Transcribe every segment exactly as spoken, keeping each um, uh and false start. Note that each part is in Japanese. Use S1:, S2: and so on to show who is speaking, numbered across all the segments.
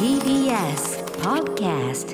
S1: ティービーエス Podcast。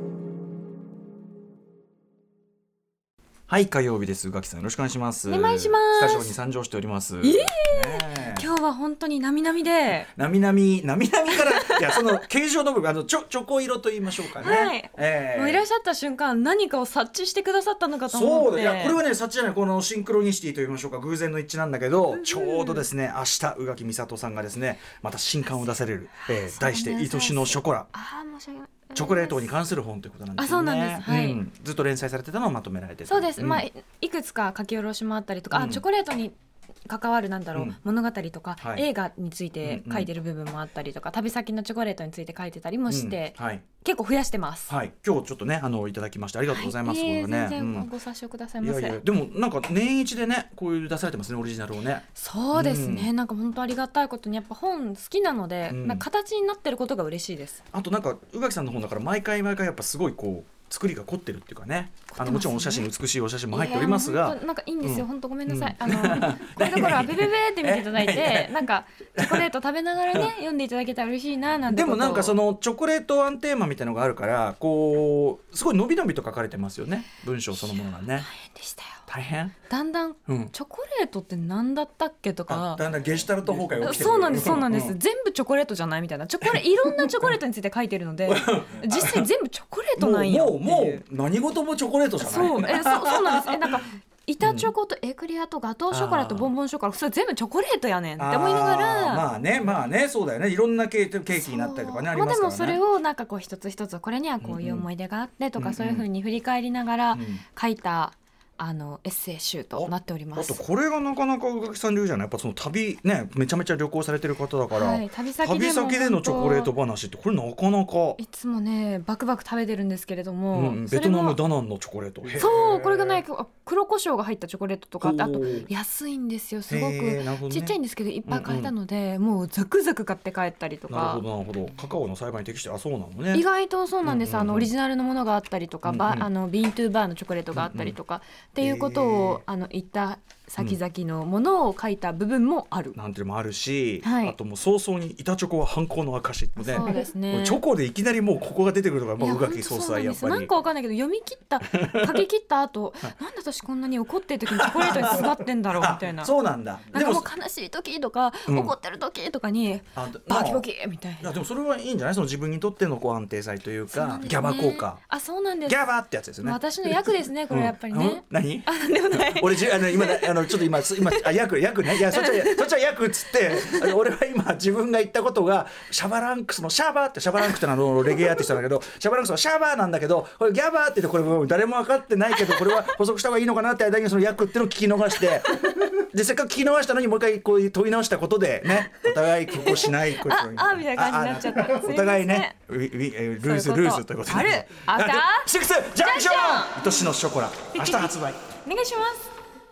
S2: はい、火曜日です。宇垣さんよろしくお願いします。
S3: お願いします。
S2: スタジオに参上しております。
S3: えーね、今日は本当になみなみで
S2: なみなみなみなみからいやその形状の部分あのちょチョコ色と言いましょうかね。
S3: はい。
S2: えー、
S3: もういらっしゃった瞬間何かを察知してくださったのかと思って。
S2: そうだ。いやこれはね察知じゃないこのシンクロニシティと言いましょうか偶然の一致なんだけど、うん、ちょうどですね明日宇垣美里さんがですねまた新刊を出される、えー、題して愛しのショコラ。
S3: あ申し訳ない。
S2: チョコレートに関する本ということなんですよね。
S3: あ、そうなんです。はい。うん、
S2: ずっと連載されてたのをまとめられてた。
S3: そうです。
S2: うん、
S3: まあいくつか書き下ろしもあったりとか、うん、あチョコレートに関わるなんだろう、うん、物語とか、はい、映画について書いてる部分もあったりとか、うんうん、旅先のチョコレートについて書いてたりもして、うんはい、結構増やしてます。
S2: はい。今日ちょっとねあのいただきましてありがとうございます。はい、
S3: いえ全然、うん、ご察しくださいませ。
S2: いやいやでもなんか年一でねこういう出されてますねオリジナルをね。
S3: そうですね、うん、なんか本当ありがたいことにやっぱ本好きなので、うん、なんか形になってることが嬉しいです。
S2: あとなんか宇垣さんの本だから毎回毎回やっぱすごいこう作りが凝ってるっていうかね、ねあのもちろんお写真美しいお写真も入っておりますが
S3: なんかいいんですよ、うん、本当ごめんなさい、うん、あのこういうところはベベベって見ていただいてなんかチョコレート食べながらね読んでいただけたら嬉しいななんてことを。
S2: でもなんかそのチョコレートワンテーマみたいなのがあるからこうすごい伸び伸びと書かれてますよね文章そのものがね。
S3: 大変でしたよ。
S2: 大変
S3: だんだん、うん、チョコレートって何だったっけとか
S2: だんだんゲシュタルト崩壊が起きてくる。
S3: そうなんですそうなんです、うん、全部チョコレートじゃないみたいなチョコレいろんなチョコレートについて書いてるので実際全部チョコレートなんやっていう。
S2: もうもうもう何事もチョコレートじゃない。
S3: そうえ そ, そうなんですえなんか板チョコとエクレアとガトーショコラとボンボンショコラそれ全部チョコレートやねんって思いながら。
S2: まあねまあねそうだよねいろんなケーキ、ケーキになったりとかねありますからね。
S3: まあ、でもそれをなんかこう一つ一つこれにはこういう思い出があってとか、うんうん、そういう風に振り返りながら書いた、うんあのエッセイ集となっております。
S2: あとこれがなかなか宇垣さん流じゃないやっぱその旅ねめちゃめちゃ旅行されてる方だから、はい、
S3: 旅先で
S2: 旅先でのチョコレート話ってこれなかなか
S3: いつもねバクバク食べてるんですけれども、
S2: うん、ベトナムダナンのチョコレート
S3: そうこれがない黒胡椒が入ったチョコレートとかあと安いんですよすごく、ね、ちっちゃいんですけどいっぱい買えたので、うんうん、もうザクザク買って帰ったりとか。
S2: なるほどなるほどカカオの栽培に適してあそうなのね。
S3: 意外とそうなんです、うんうんうん、あのオリジナルのものがあったりとか、うんうん、あのビーントゥーバーのチョコレートがあったりとか、うんうん、っていうことをあの言った先々のものを書いた部分もある、
S2: うん、なんていうのもあるし、
S3: はい、
S2: あともう早々に板チョコは犯行の証ってね。
S3: そうですね
S2: チョコでいきなりもうここが出てくるのがもう宇垣総裁やっぱり
S3: なんかわかんないけど読み切った書き切った後なんで私こんなに怒ってる時にチョコレートにすがってんだろうみたいな
S2: そうなんだ
S3: なんかもう悲しい時とか、うん、怒ってる時とかにバキバキみたいな。
S2: いやでもそれはいいんじゃないその自分にとってのこう安定剤というか、ね、ギャバ効果。
S3: あそうなんです。
S2: ギャバってやつですよね。
S3: 私の役ですねこれやっぱりね、うんうん、
S2: 何
S3: あなんでもない
S2: 俺じあの今あのちょっと今今あ役役ねいやそっちはそっちは役っつって俺は今自分が言ったことがシャバランクスのシャバーってシャバランクってのはのレゲエアーティストなんだけどシャバランクスのシャバーなんだけどこれギャバーって言ってこれもう誰も分かってないけどこれは補足した方がいいのかなって間にその役っていうのを聞き逃してでせっかく聞き逃したのにもう一回こう問い直したことでねお互いここしないこ
S3: ああみたいな感じになっちゃったお
S2: 互いねウィウィルーズルーズということで
S3: あるアフター
S2: シックスジャンクション愛しのショコラ明日発売
S3: お願いします。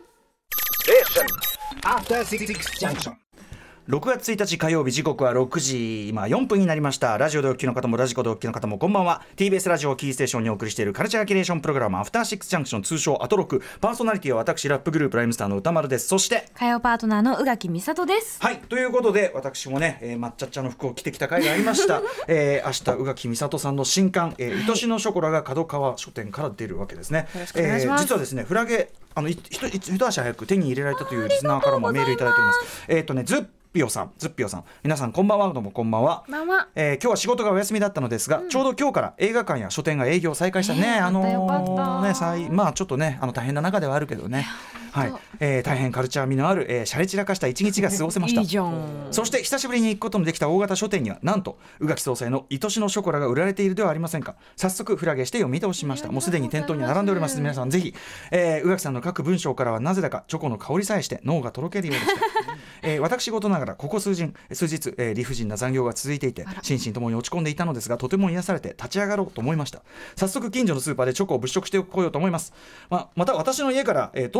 S2: ろくがつついたち火曜日時刻はろくじ今よんぷんになりました。ラジオでお聞きの方もラジコでお聞きの方もこんばんは。 ティービーエス ラジオキーステーションにお送りしているカルチャーキュレーションプログラムアフターシックスジャンクション通称アトロクパーソナリティは私ラップグループライムスターの歌丸です。そして
S3: 火曜パートナーの宇垣美里です。
S2: はいということで私もね、えー、抹茶っ茶の服を着てきた回がありました、えー、明日宇垣美里さんの新刊、えー、愛しのショコラが角川書店から出るわけですね。
S3: よろしくお願いします。
S2: えー、実はですねフラゲあの一足早く手に入れられたというリスナーからもメールいただいております。えっ、ー、とねズッピオさんズッピオさん皆さんこんばんは。どうもこんばんは。
S3: まんま
S2: えー、今日は仕事がお休みだったのですが、うん、ちょうど今日から映画館や書店が営業再開したね、
S3: えー、
S2: あのー、
S3: よかった
S2: ね再まあちょっとねあの大変な中ではあるけどねはいえー、大変カルチャー味のある、えー、シャレ散らかした一日が過ごせました。
S3: いいじゃん。
S2: そして久しぶりに行くことのできた大型書店にはなんと宇垣総裁の愛しのショコラが売られているではありませんか。早速フラゲして読み通しました。もうすでに店頭に並んでおります。皆さんぜひ、えー、宇垣さんの各文章からはなぜだかチョコの香りさえして脳がとろけるようでした、えー、私事ながらここ数日、数日えー、理不尽な残業が続いていて心身ともに落ち込んでいたのですがとても癒されて立ち上がろうと思いました。早速近所のスーパーでチョコを物色してこようと思います。まあ、また私の家から、えー、徒歩数分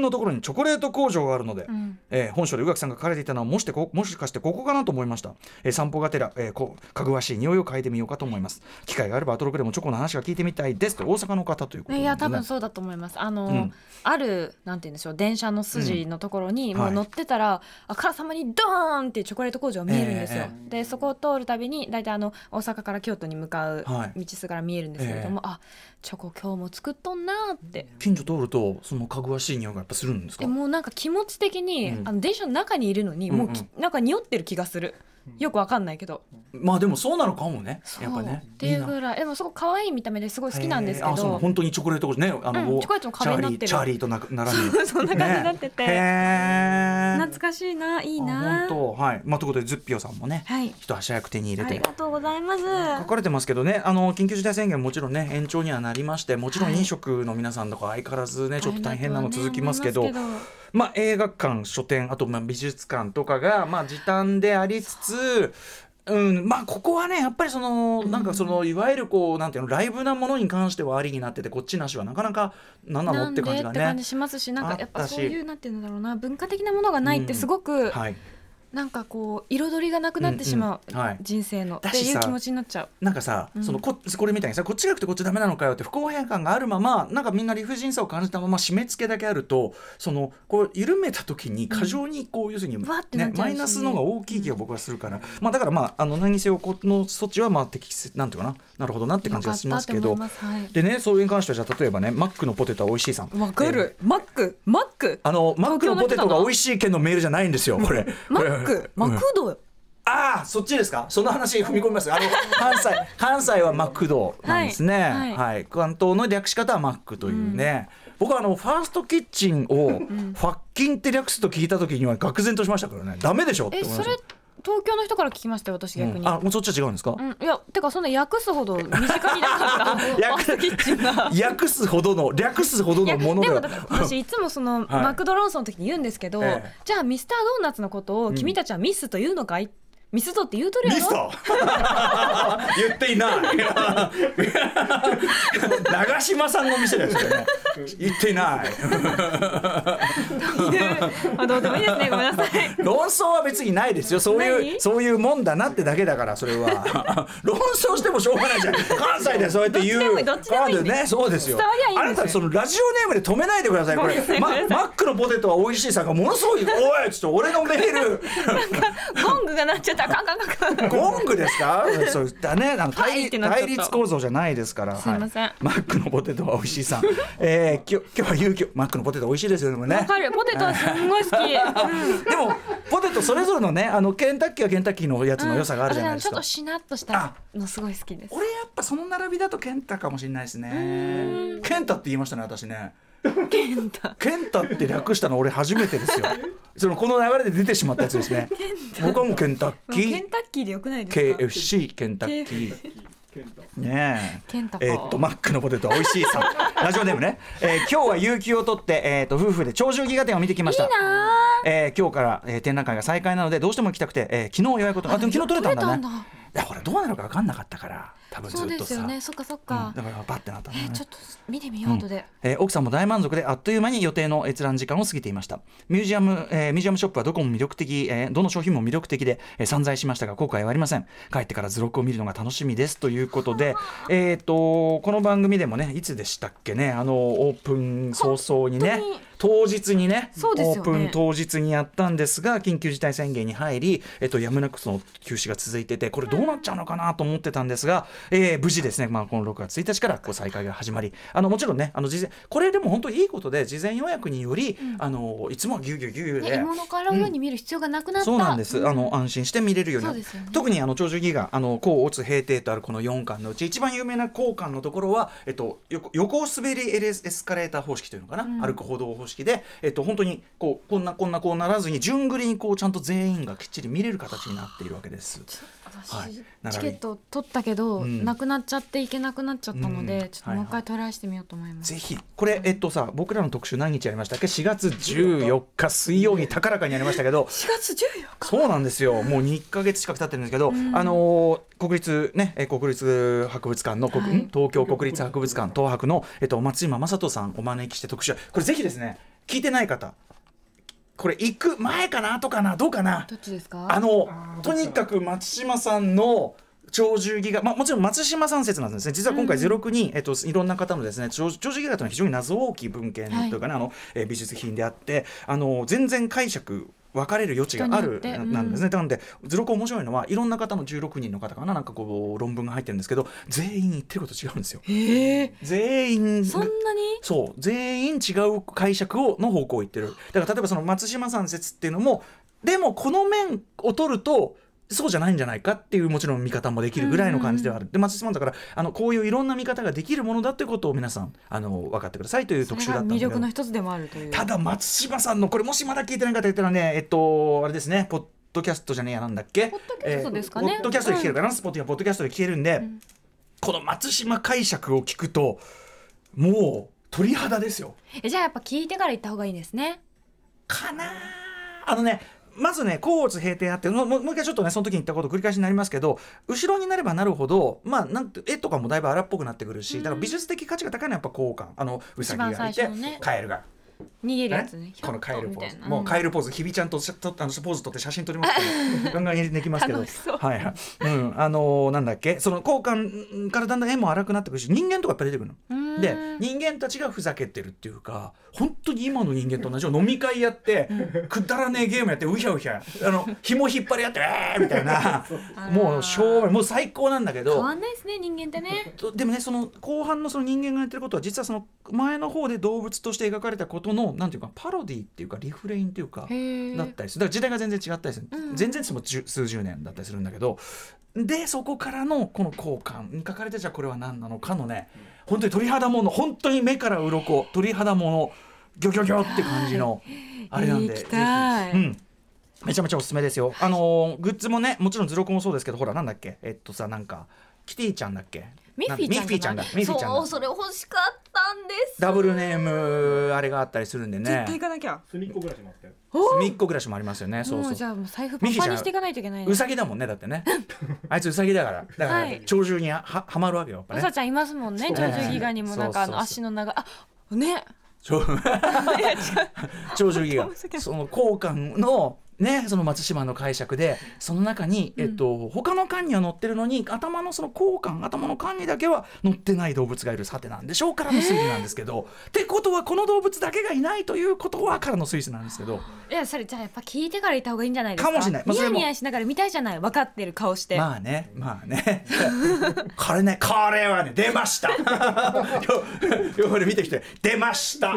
S2: 分のところにチョコレート工場があるので、
S3: うん、
S2: えー、本書で宇垣さんが書かれていたのはもしてこもしかしてここかなと思いました、えー、散歩がてら、えー、こうかぐわしい匂いを嗅いでみようかと思います。機会があればアトロクでもチョコの話が聞いてみたいですと大阪の方ということで、ね、
S3: いや多分そうだと思います。あの、うん、あるなんて言うんでしょう電車の筋のところに、うん、もう乗ってたら、はい、あからさまにドーンってチョコレート工場見えるんですよ、えー、でそこを通るたびに大体あの大阪から京都に向かう道すがら見えるんですけれども、はい、あチョコ今日も作っとんなって。
S2: 近所通るとそのかぐわしい匂いがやっぱするんですか？
S3: えもうなんか気持ち的に、うん、あの電車の中にいるのに、うんうん、もうなんか匂ってる気がする。よくわかんないけど、
S2: まあでもそうなのかもねやっぱね
S3: っていうぐらい。でもすごく可愛い見た目ですごい好きなんですけど、
S2: あそう本当にチョコレートねあの、
S3: うん、チョコレートの壁になってる
S2: チャーリーとな並
S3: ぶそんな感じになってて、
S2: ね、
S3: 懐かしいないいな
S2: 本当、はい、まあ、ということでズッピオさんもね、はい、一足早く手に入れて
S3: ありがとうございます。
S2: 書かれてますけどね、あの緊急事態宣言もちろんね延長にはなりまして、もちろん飲食の皆さんとか相変わらずねちょっと大変なの続きますけど、まあ、映画館書店あとまあ美術館とかがまあ時短でありつつ、うん、まあここはねやっぱりそのなんかそのいわゆるこうなんていうのライブなものに関してはありになってて、こっちなしはなかなか何なのって感じがね
S3: って感じしますし、なんかやっぱそういうなんていうんだろうな、文化的なものがないってすごく、うん、はい、なんかこう彩りがなくなってしまう、うんうん、はい、人生のっていう気持ちになっちゃう。
S2: なんかさ、うん、その こ, これみたいにさこっちが良くてこっちダメなのかよって不公平感があるまま、なんかみんな理不尽さを感じたまま締め付けだけあると、そのこう緩めた時に過剰にこう、うん、要するに、ね、マイナスのが大きい気が僕はするから、うん、まあ、だからまああの何にせよこの措置はまあ適切なんていうかな、なるほどなって感じがしますけど、はい、でねそれに関してはじゃあ例えばねマックのポテトは美味しいさん
S3: わかる、えー、マックマック
S2: あのマックのポテトが美味しい県のメールじゃないんですよこれ
S3: マックマクド、うん、
S2: ああそっちですか。その話踏み込みますあの関西関西はマクドなんですね、はいはいはい、関東の略し方はマックというね、うん、僕はあのファーストキッチンをファッキンって略すと聞いた時には愕然としましたからね、ダメでしょって思いました。えそれ
S3: 東京の人から聞きましたよ私逆に、
S2: うん、あもうそっちは違うんですか、
S3: うん、いやてかそんな訳すほど身近になかったファーストキッチンが
S2: 訳すほどの略すほどのものでは。
S3: でも私いつもその、はい、マクド論争の時に言うんですけど、ええ、じゃあミスタードーナツのことを君たちはミスというのかい、うん、ミスドって言うとるやろ。ミスド
S2: 言っていない長嶋さんの店ですよね言っていない
S3: あどうでもいいですね、ごめんなさい。
S2: 論争は別にないですよ、そういうそういうもんだなってだけだから、それは論争してもしょうがないじゃん関西でそうやって言う
S3: どっちでもいいね、
S2: そうですよ。
S3: いい
S2: あなたそのラジオネームで止めないでくださいこれマ, マックのポテトは美味しいさんがものすごいおいちょっと俺のメール
S3: なんかゴングが鳴っちゃったカンカンカンカン
S2: ゴングですかそうだね、あの 対, 対立構造じゃないですから。
S3: すいません、
S2: はい、マックのポテトは美味しいさん、えー、今, 今日は勇気マックのポテト美味しいですよね。
S3: わかる、ポテトはすんごい好き、うん、
S2: でもポテトそれぞれのねあのケンタッキーはケンタッキーのやつの良さがあるじゃないですか、
S3: うん、ちょっとしなっとしたのすごい好きです。
S2: 俺やっぱその並びだとケンタかもしれないですね。ケンタって言いましたね私ね。
S3: ケンタ
S2: ケンタって略したの俺初めてですよそのこの流れで出てしまったやつですね。僕はもうケンタッキー
S3: ケンタッキーでよくないですか。
S2: ケーエフシー ケンタッキーね
S3: え、
S2: えー、っとマックのポテトは美味しいさんラジオネームね、えー、今日は有給を取って、えー、っと夫婦で鳥獣戯画展を見てきました。
S3: いいな、
S2: えー、今日から、えー、展覧会が再開なのでどうしても行きたくて、えー、昨日予約を取った。あでも昨日取れたんだね。いやこれどうなるか分かんなかったから多分ずっとさ。
S3: そうですよね、そっかそっか、
S2: うん、だからバッてなったんだね、
S3: えー、ちょっと見てみようとで、
S2: うん、えー、奥さんも大満足であっという間に予定の閲覧時間を過ぎていました。ミュージアム、えー、ミュージアムショップはどこも魅力的、えー、どの商品も魅力的で、えー、散財しましたが後悔はありません。帰ってから図録を見るのが楽しみですということで、えー、とこの番組でもねいつでしたっけね、あのオープン早々にね当日に ね,
S3: そうですよね
S2: オープン当日にやったんですが緊急事態宣言に入り、えっと、やむなくその休止が続いててこれどうなっちゃうのかなと思ってたんですが、えー、無事ですね、まあ、このろくがつついたちからこう再開が始まり、あのもちろんねあの事前これでも本当にいいことで事前予約により、うん、あのいつもはギュギュギュギュで、
S3: ね、芋の殻のように見る必要がなくなった、
S2: うん、そうなんです、うん、あの安心して見れるようになる、
S3: ね、
S2: 特にあの鳥獣戯画あの甲乙平定とあるこのよんかんのうち一番有名な甲巻のところは、えっと、横, 横滑りエスカレーター方式というのかな、うん、歩く歩道方式で、えっと本当にこうこんなこんなこうならずに順繰りにこうちゃんと全員がきっちり見れる形になっているわけです。
S3: はい、チケット取ったけど、うん、なくなっちゃっていけなくなっちゃったので、うん、ちょっともう一回トライしてみようと思います、
S2: はいはい、ぜひこれ、えっとさ僕らの特集何日やりましたっけ。しがつじゅうよっか水曜日高らかにやりましたけど
S3: しがつじゅうよっか
S2: そうなんですよ、もうにかげつ近く経ってるんですけど、うん、あのー、国立ね国立博物館の、はい、東京国立博物館東博の、えっと、松島正人さんお招きして特集、これぜひですね聞いてない方、これ行く前かな後かなどうかな、
S3: どっちですか。
S2: あのとにかく松島さんの鳥獣戯画、まあ、もちろん松島さん説なんですね。実は今回ゼロクに、うんえっと、いろんな方のですね鳥獣戯画というのは非常に謎多き文献というかね、はい、あのえー、美術品であってあの全然解釈分かれる余地があるなんですね、うん、なので図録面白いのはいろんな方のじゅうろくにんの方かななんかこう論文が入ってるんですけど全員言ってること違うんですよ。
S3: へー、
S2: 全員
S3: そんなに
S2: そう全員違う解釈をの方向を言ってる。だから例えばその松島さん説っていうのもでもこの面を取るとそうじゃないんじゃないかっていうもちろん見方もできるぐらいの感じではある、うんうん、で松島さんだからあのこういういろんな見方ができるものだということを皆さんあの分かってくださいという特集だったんで、
S3: それが魅力の一つでもあるという。た
S2: だ松島さんのこれもしまだ聞いてない方いたらねえっとあれですねポッドキャストじゃねえやなんだっけ
S3: ポッドキャストですかね、
S2: えー、ポッドキャストで聞けるかな、うん、スポティやポッドキャストで聞けるんで、うん、この松島解釈を聞くともう鳥肌ですよ。
S3: えじゃあやっぱ聞いてから行った方がいいですね
S2: かな。あのねまずね甲乙平定あってもうもう一回ちょっとねその時に言ったこと繰り返しになりますけど後ろになればなるほどまあなんて絵とかもだいぶ荒っぽくなってくるし、だから美術的価値が高いのはやっぱ交換あのウサギがいて、ね、カエルが
S3: 逃げるやつね、
S2: このカエルポーズもうカエルポーズひびちゃんととあのポーズ取って写真撮りますけどガンガンできますけどはいはい、うんあのー、なんだっけその交換からだんだん絵も荒くなってくるし人間とかやっぱり出てくるので人間たちがふざけてるっていうか本当に今の人間と同じよう飲み会やってくだらねえゲームやってうひゃうひゃあの紐引っ張り合ってえーみたいなもうしょうがないもう最高なんだけど
S3: 変わんないですね人間ってね。
S2: でもねその後半のその人間がやってることは実はその前の方で動物として描かれたことのなんていうかパロディっていうかリフレインっていうかだったりする。だから時代が全然違ったりする、うん、全然数十年だったりするんだけどでそこからのこの交換に書かれてじゃあこれは何なのかのね本当に鳥肌もの本当に目から鱗鳥肌ものギョギョギョって感じのあれなんでぜひ、うん、めちゃめちゃおすすめですよ。あのー、グッズもねもちろん図録もそうですけどほらなんだっけえっとさなんかキティちゃんだっけ
S3: ミッフィーちゃんだ。
S2: ミッフィーちゃんだ。
S3: そうそれ欲しかったんです。
S2: ダブルネームあれがあったりするんでね。
S3: 絶対行かなきゃ。
S4: 隅っこ暮らしもあったよ。
S2: 隅っこ暮らしもありますよね。そうそう。
S3: じゃあもう財布パンパンにしていかないといけない、ね。
S2: ウサギだもんねだってね。あいつウサギだからだから、はい、鳥獣にははまるわけよやっぱね。
S3: ウサちゃんいますもんね。鳥獣戯画にもなんかあの足の長あね。
S2: 鳥獣戯画その交換のね、その松島の解釈でその中に、えっとうん、他の巻には載ってるのに頭のその交換頭の巻にだけは載ってない動物がいるさてなんでしょうからの推理なんですけど、えー、ってことはこの動物だけがいないということはからの推理なんですけど
S3: いやそれじゃあやっぱ聞いてから言った方がいいんじゃないですか。
S2: かもしれない、まあ、
S3: ニヤニヤしながら見たいじゃない分かってる顔して
S2: まあねまあねこれねこれはね出ました両方で見てきて出ました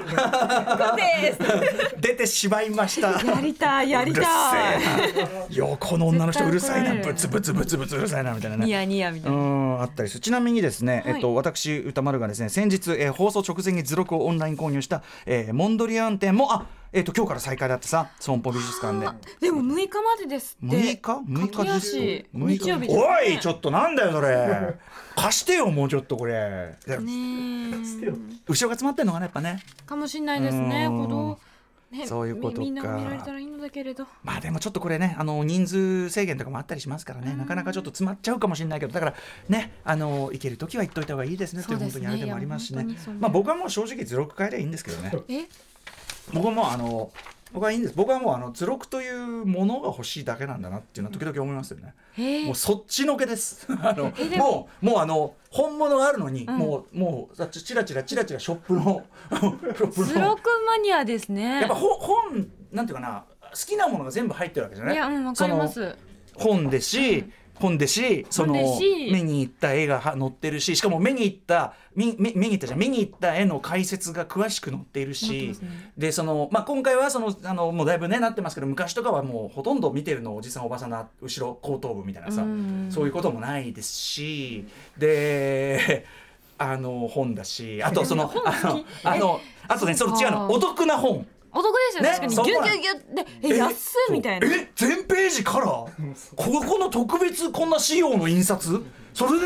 S2: 出てしまいました
S3: やりたいやりたい
S2: よこの女の人うるさいなブツブツブツブツうるさいなみたいなね
S3: ニヤニヤみたいな
S2: うんあったりする。ちなみにですね、はいえっと、私歌丸がですね先日、えー、放送直前に図録をオンライン購入した、えー、モンドリアン展もあえー、と今日から再開だってさ損保美術館で
S3: でもむいかまでですって
S2: むいかむいかです
S3: 日曜日です、
S2: ね、おいちょっとなんだよそれ貸してよもうちょっとこれね後ろが詰まってんのかなやっぱね
S3: かもしんないですねほどね、
S2: そういうことか み,
S3: みんなが見られたらいいのだけれど
S2: まあでもちょっとこれねあの人数制限とかもあったりしますからねなかなかちょっと詰まっちゃうかもしれないけどだからねあの行けるときは行っといた方がいいですねっていう本当にあれでもありますしねまあ僕はもう正直図録変えりゃいいんですけどね
S3: え
S2: 僕はもうあの僕はいいんです僕はもうあの図録というものが欲しいだけなんだなっていうのは時々思いますよねもうそっちのけですあのもうもうあの本物があるのに、うん、もうもうチラチラチラチラショップの
S3: 図録マニアですね
S2: やっぱ本なんていうかな好きなものが全部入ってるわけじゃない。
S3: いやうんわかります
S2: 本ですし、うん本でしその目に行った絵が載ってるししかも目に行った目目に行ったじゃん目に行った絵の解説が詳しく載っているし、ね、でその、まあ、今回はそのあのもうだいぶねなってますけど昔とかはもうほとんど見てるのおじさんおばさんの後ろ後頭部みたいなさそういうこともないですしであの本だしあとそのあのあのあとねその違うのお得な本
S3: お得ですよ、ね、確かにギュギュギュってえ安いみたいな
S2: え全ページからここの特別こんな仕様の印刷それで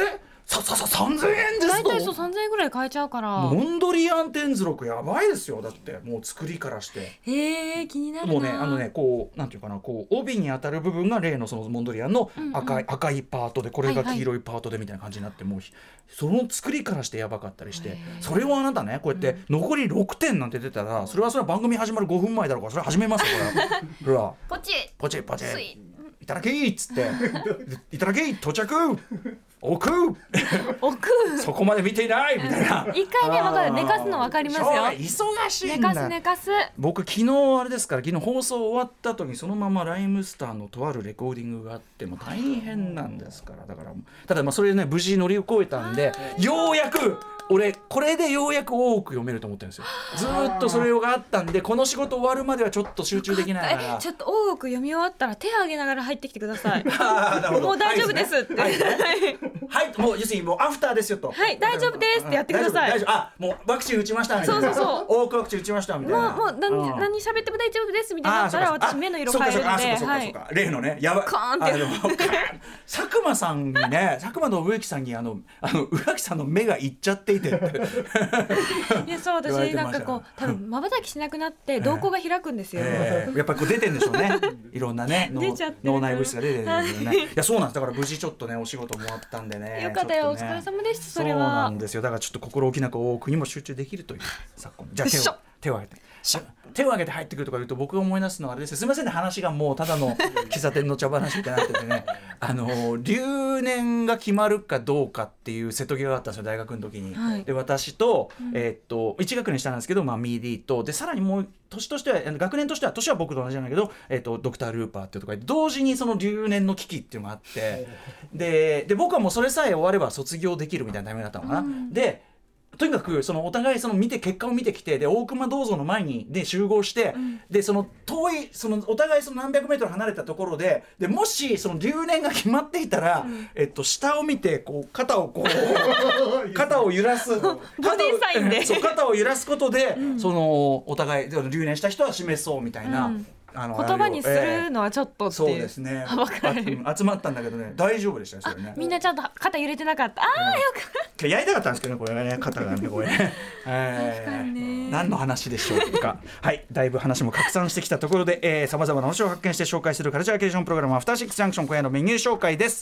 S2: ささささんぜんえんですと。
S3: 大体そうさんぜんえんぐらい買えちゃうから。
S2: モンドリアンテンズロクやばいですよ。だってもう作りからして
S3: へえ気になるな。
S2: もうねあのねこうなんていうかなこう帯に当たる部分が例のそのモンドリアンの赤い、うんうん、赤いパートでこれが黄色いパートでみたいな感じになって、はいはい、もうその作りからしてやばかったりしてそれをあなたねこうやって残りろくてんなんて出たらそれはそれは番組始まるごふんまえだろうからそれは始めますよこれほら
S3: ポチ
S2: ポチポチいただきっつっていただき到着置く
S3: 置く
S2: そこまで見ていないみたいな
S3: 一回ね分かる寝かすの分かりますよ
S2: 忙しいんだ
S3: 寝かす寝かす
S2: 僕昨日あれですから昨日放送終わった後にそのままライムスターのとあるレコーディングがあっても大変なんですからだからただまあそれでね無事乗り越えたんでようやく俺これでようやく多く読めると思ってるんですよずっとそれがあったんでこの仕事終わるまではちょっと集中できないから
S3: ちょっと多く読み終わったら手を挙げながら入ってきてくださいもう大丈夫ですってはい、
S2: はい、もう要するにもうアフターですよと
S3: はい大丈夫ですってやってください
S2: 大丈夫あもうワクチン打ちましたみたいな
S3: そうそうそう
S2: 多くワクチン打ちましたみたいな
S3: もうもう何、うん、何喋っても大丈夫ですみたいになったら私目の色変えるんで
S2: そうかそうかそうかそうか例のねやばい
S3: カーンって
S2: 佐久間さんにね佐久間信之さんにあのあの宇垣さんの目がいっちゃっていて
S3: いやそう私なんかこう多分瞬きしなくなって瞳孔が開くんですよ、
S2: えー、やっぱりこう出てんでしょうねいろんなね脳内物質が出てるんだよね、はい、いやそうなんですだから無事ちょっとねお仕事もあったんでね
S3: よかったよ、ね、お疲れ様でしたそれはそう
S2: なんですよだからちょっと心置きなく多くにも集中できるという昨今じゃあ手を手を挙げて手を挙げて入ってくるとか言うと僕が思い出すのはあれですすみませんね話がもうただの喫茶店の茶話みたいになっててねあの留年が決まるかどうかっていう瀬戸際があったんですよ大学の時に、はい、で私と、うんえー、っといち学年下なんですけど、まあ、ミーディーとでさらにもう年としては学年としては年は僕と同じじゃないけど、えー、っとドクター・ルーパーっていうところで同時にその留年の危機っていうのがあってでで僕はもうそれさえ終われば卒業できるみたいなタイミングだったのかな、うん、でとにかくそのお互いその見て結果を見てきてで大隈銅像の前にで集合して、うん、でその遠いそのお互いその何百メートル離れたところででもしその留年が決まっていたら、うんえっと、下を見てこう肩をこう肩を揺らすボ
S3: ディーサインで
S2: そう肩を揺らすことで、うん、そのお互い留年した人は示そうみたいな。うん
S3: あの言葉にするのはちょっとっていう、
S2: えー、そうですね集まったんだけどね大丈夫でしたねそれね
S3: みんなちゃんと肩揺れてなかったああ、うん、よ
S2: くやりたかったんですけどねこれね肩がねこれね、えー、何の話でしょうかはいだいぶ話も拡散してきたところでさまざまな面白を発見して紹介するカルチャーキュレーションプログラムアフターシックスジャンクション今夜のメニュー紹介です。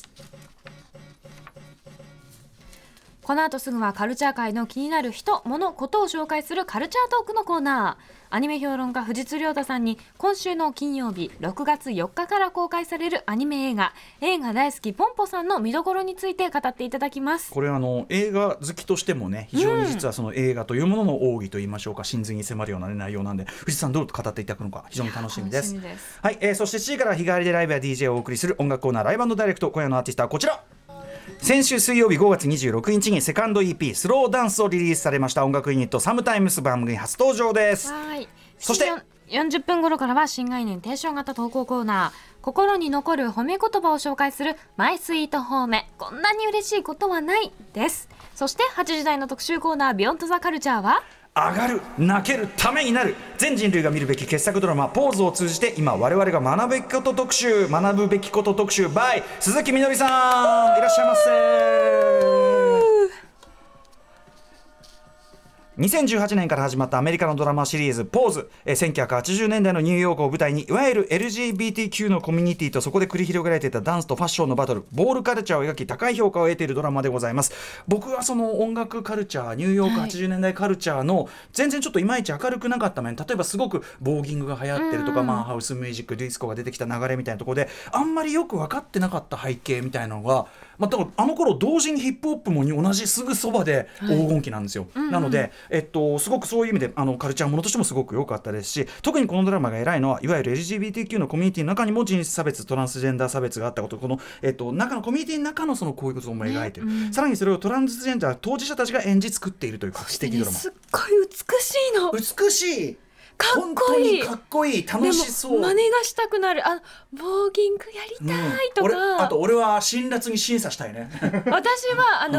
S3: この後すぐはカルチャー界の気になる人、物、ことを紹介するカルチャートークのコーナー。アニメ評論家藤津亮太さんに今週の金曜日ろくがつよっかから公開されるアニメ映画映画大好きポンポさんの見どころについて語っていただきます。
S2: これあの映画好きとしてもね非常に実はその映画というものの奥義といいましょうか真髄に迫るような、ね、内容なんで藤津さんどう語っていただくのか非常に楽しみです。
S3: 楽しみです。
S2: はい、えー、そしてしちじから日替わりでライブや ディージェー をお送りする音楽コーナーライブ&ダイレクト。今夜のアーティストはこちら。先週水曜日ごがつにじゅうろくにちにセカンド イーピー スローダンスをリリースされました音楽ユニットサムタイムス番組初登場です。
S3: はい
S2: そして
S3: よんじゅっぷん頃からは新概念提唱型投稿コーナー心に残る褒め言葉を紹介するマイスイート褒めこんなに嬉しいことはないです。そしてはちじ台の特集コーナービヨンドザカルチャーは
S2: 上がる泣けるためになる全人類が見るべき傑作ドラマポーズを通じて今我々が学ぶべきこと特集学ぶべきこと特集 by 鈴木みのりさんいらっしゃいませ。にせんじゅうはちねんから始まったアメリカのドラマシリーズポーズ、えー、せんきゅうひゃくはちじゅうねんだいのニューヨークを舞台にいわゆる エルジービーティーキュー のコミュニティとそこで繰り広げられていたダンスとファッションのバトルボールカルチャーを描き高い評価を得ているドラマでございます。僕はその音楽カルチャーニューヨークはちじゅうねんだいカルチャーの全然ちょっといまいち明るくなかった面例えばすごくボーギングが流行ってるとか、まあ、ハウスミュージックディスコが出てきた流れみたいなところであんまりよく分かってなかった背景みたいなのが、まあ、だからあの頃同時にヒップホップも同じすぐそばで黄金期なんですよ、はい、なので、えっと、すごくそういう意味であのカルチャーものとしてもすごく良かったですし特にこのドラマが偉いのはいわゆる エルジービーティーキュー のコミュニティの中にも人種差別トランスジェンダー差別があったことこの、えっと、中のコミュニティの中のそのこういうことも描いてる、ねうん、さらにそれをトランスジェンダー当事者たちが演じ作っているという画期的ドラマ、ね、
S3: すっごい美しいの
S2: 美しい
S3: かっこいい
S2: かっこいい楽しそう
S3: 真似がしたくなるあボーギングやりたいとか、
S2: うん、俺あと俺は辛辣に審査したいね
S3: 私はあの、うん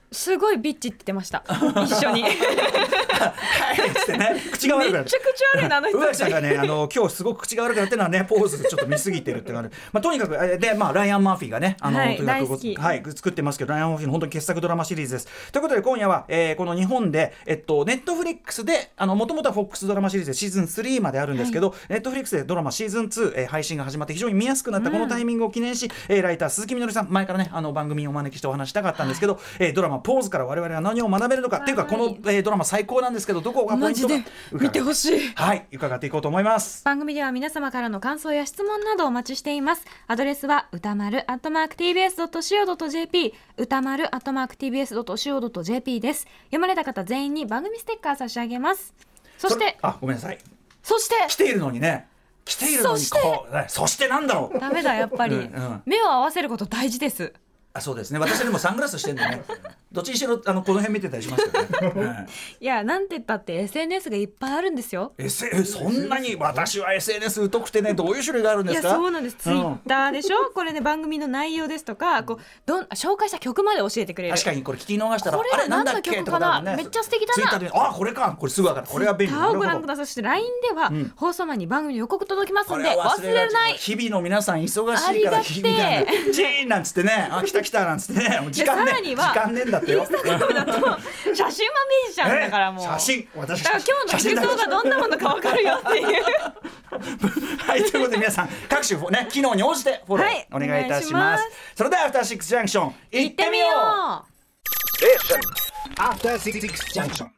S3: すごいビッチって言ってました一緒にはい
S2: っつってね、口が悪くなって、
S3: めっちゃ口悪いなあの人
S2: 宇垣さんがね、あの今日すごく口が悪くなってるのはね、ポーズちょっと見すぎてるっていうのがある、まあ、とにかくで、まあ、ライアン・マーフィーがね、あの、
S3: はい、
S2: とにかく
S3: 大好き、
S2: はい、作ってますけど、ライアン・マーフィーの本当に傑作ドラマシリーズです。ということで今夜は、えー、この日本で、えっと、ネットフリックスで、もともとは フォックス ドラマシリーズでシーズンスリーまであるんですけど、はい、ネットフリックスでドラマシーズンツー、えー、配信が始まって非常に見やすくなったこのタイミングを記念し、うんえー、ライター鈴木みのりさん、前からねあの番組にお招きしてお話したかったんですけど、はいえー、ドラマポーズから我々は何を学べるのかっていうか、この、えー、ドラマ最高なんですけど、どこがポイントか
S3: 見てほしい、
S2: はい伺っていこうと思います。
S3: 番組では皆様からの感想や質問などお待ちしています。アドレスは歌丸アットマーク ティービーエスドットシーオードットジェーピー 歌丸アットマーク ティービーエスドットシーオードットジェーピー です。読まれた方全員に番組ステッカー差し上げます。そして
S2: あごめんなさい
S3: そして
S2: 来ているのにね来ているのにこうそしてなんだろう
S3: ダメだやっぱり、うんうん、目を合わせること大事です。
S2: あそうですね、私でもサングラスしてんでねどっちにしろあのこの辺見てたりしますけどね、はい、
S3: いやなんて言ったって エスエヌエス がいっぱいあるんですよ。
S2: えそんなに私は エスエヌエス 疎くてね、どういう種類があるんですか。
S3: いやそうなんです、ツイッターでしょこれね番組の内容ですとかこうどん紹介した曲まで教えてくれる。
S2: 確かにこれ聞き逃したら
S3: これ
S2: あれなんだっ
S3: 何の
S2: けとか
S3: 曲かな、
S2: ね、
S3: めっちゃ素敵だな。
S2: ツイッターであこれかこれすぐ分かる、これは便利。
S3: ツイッターをご覧ください。そして ライン では、うん、放送前に番組の予告届きますので忘れない。
S2: 日々の皆さん忙しいから日々だねチーンなんつってねあ来た来たなんつってね時間ね
S3: さらには
S2: 時間ねえんだってよ。
S3: インスタグラムだと写真はミュージシャンだからもう
S2: 写真私
S3: だから今日の服装がどんなものか分かるよっていう
S2: はいということで皆さん各種ね機能に応じてフォローお願いいたします、はい、それではアフターシックスジャンクション行ってみよう。
S3: 行ってみよう。
S2: アフターシックスジャンクション